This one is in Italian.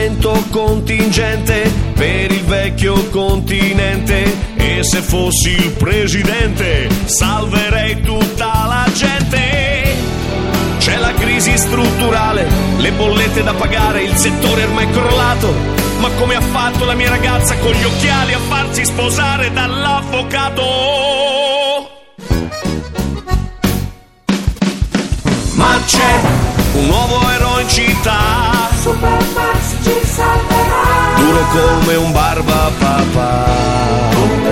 pagamento contingente per il vecchio continente. E se fossi il presidente salverei tutta la gente. C'è la crisi strutturale, le bollette da pagare, il settore ormai è crollato. Ma come ha fatto la mia ragazza con gli occhiali a farsi sposare dall'avvocato? Ma c'è un nuovo eroe in città, Super Max ci salverà, duro come un barbapapà.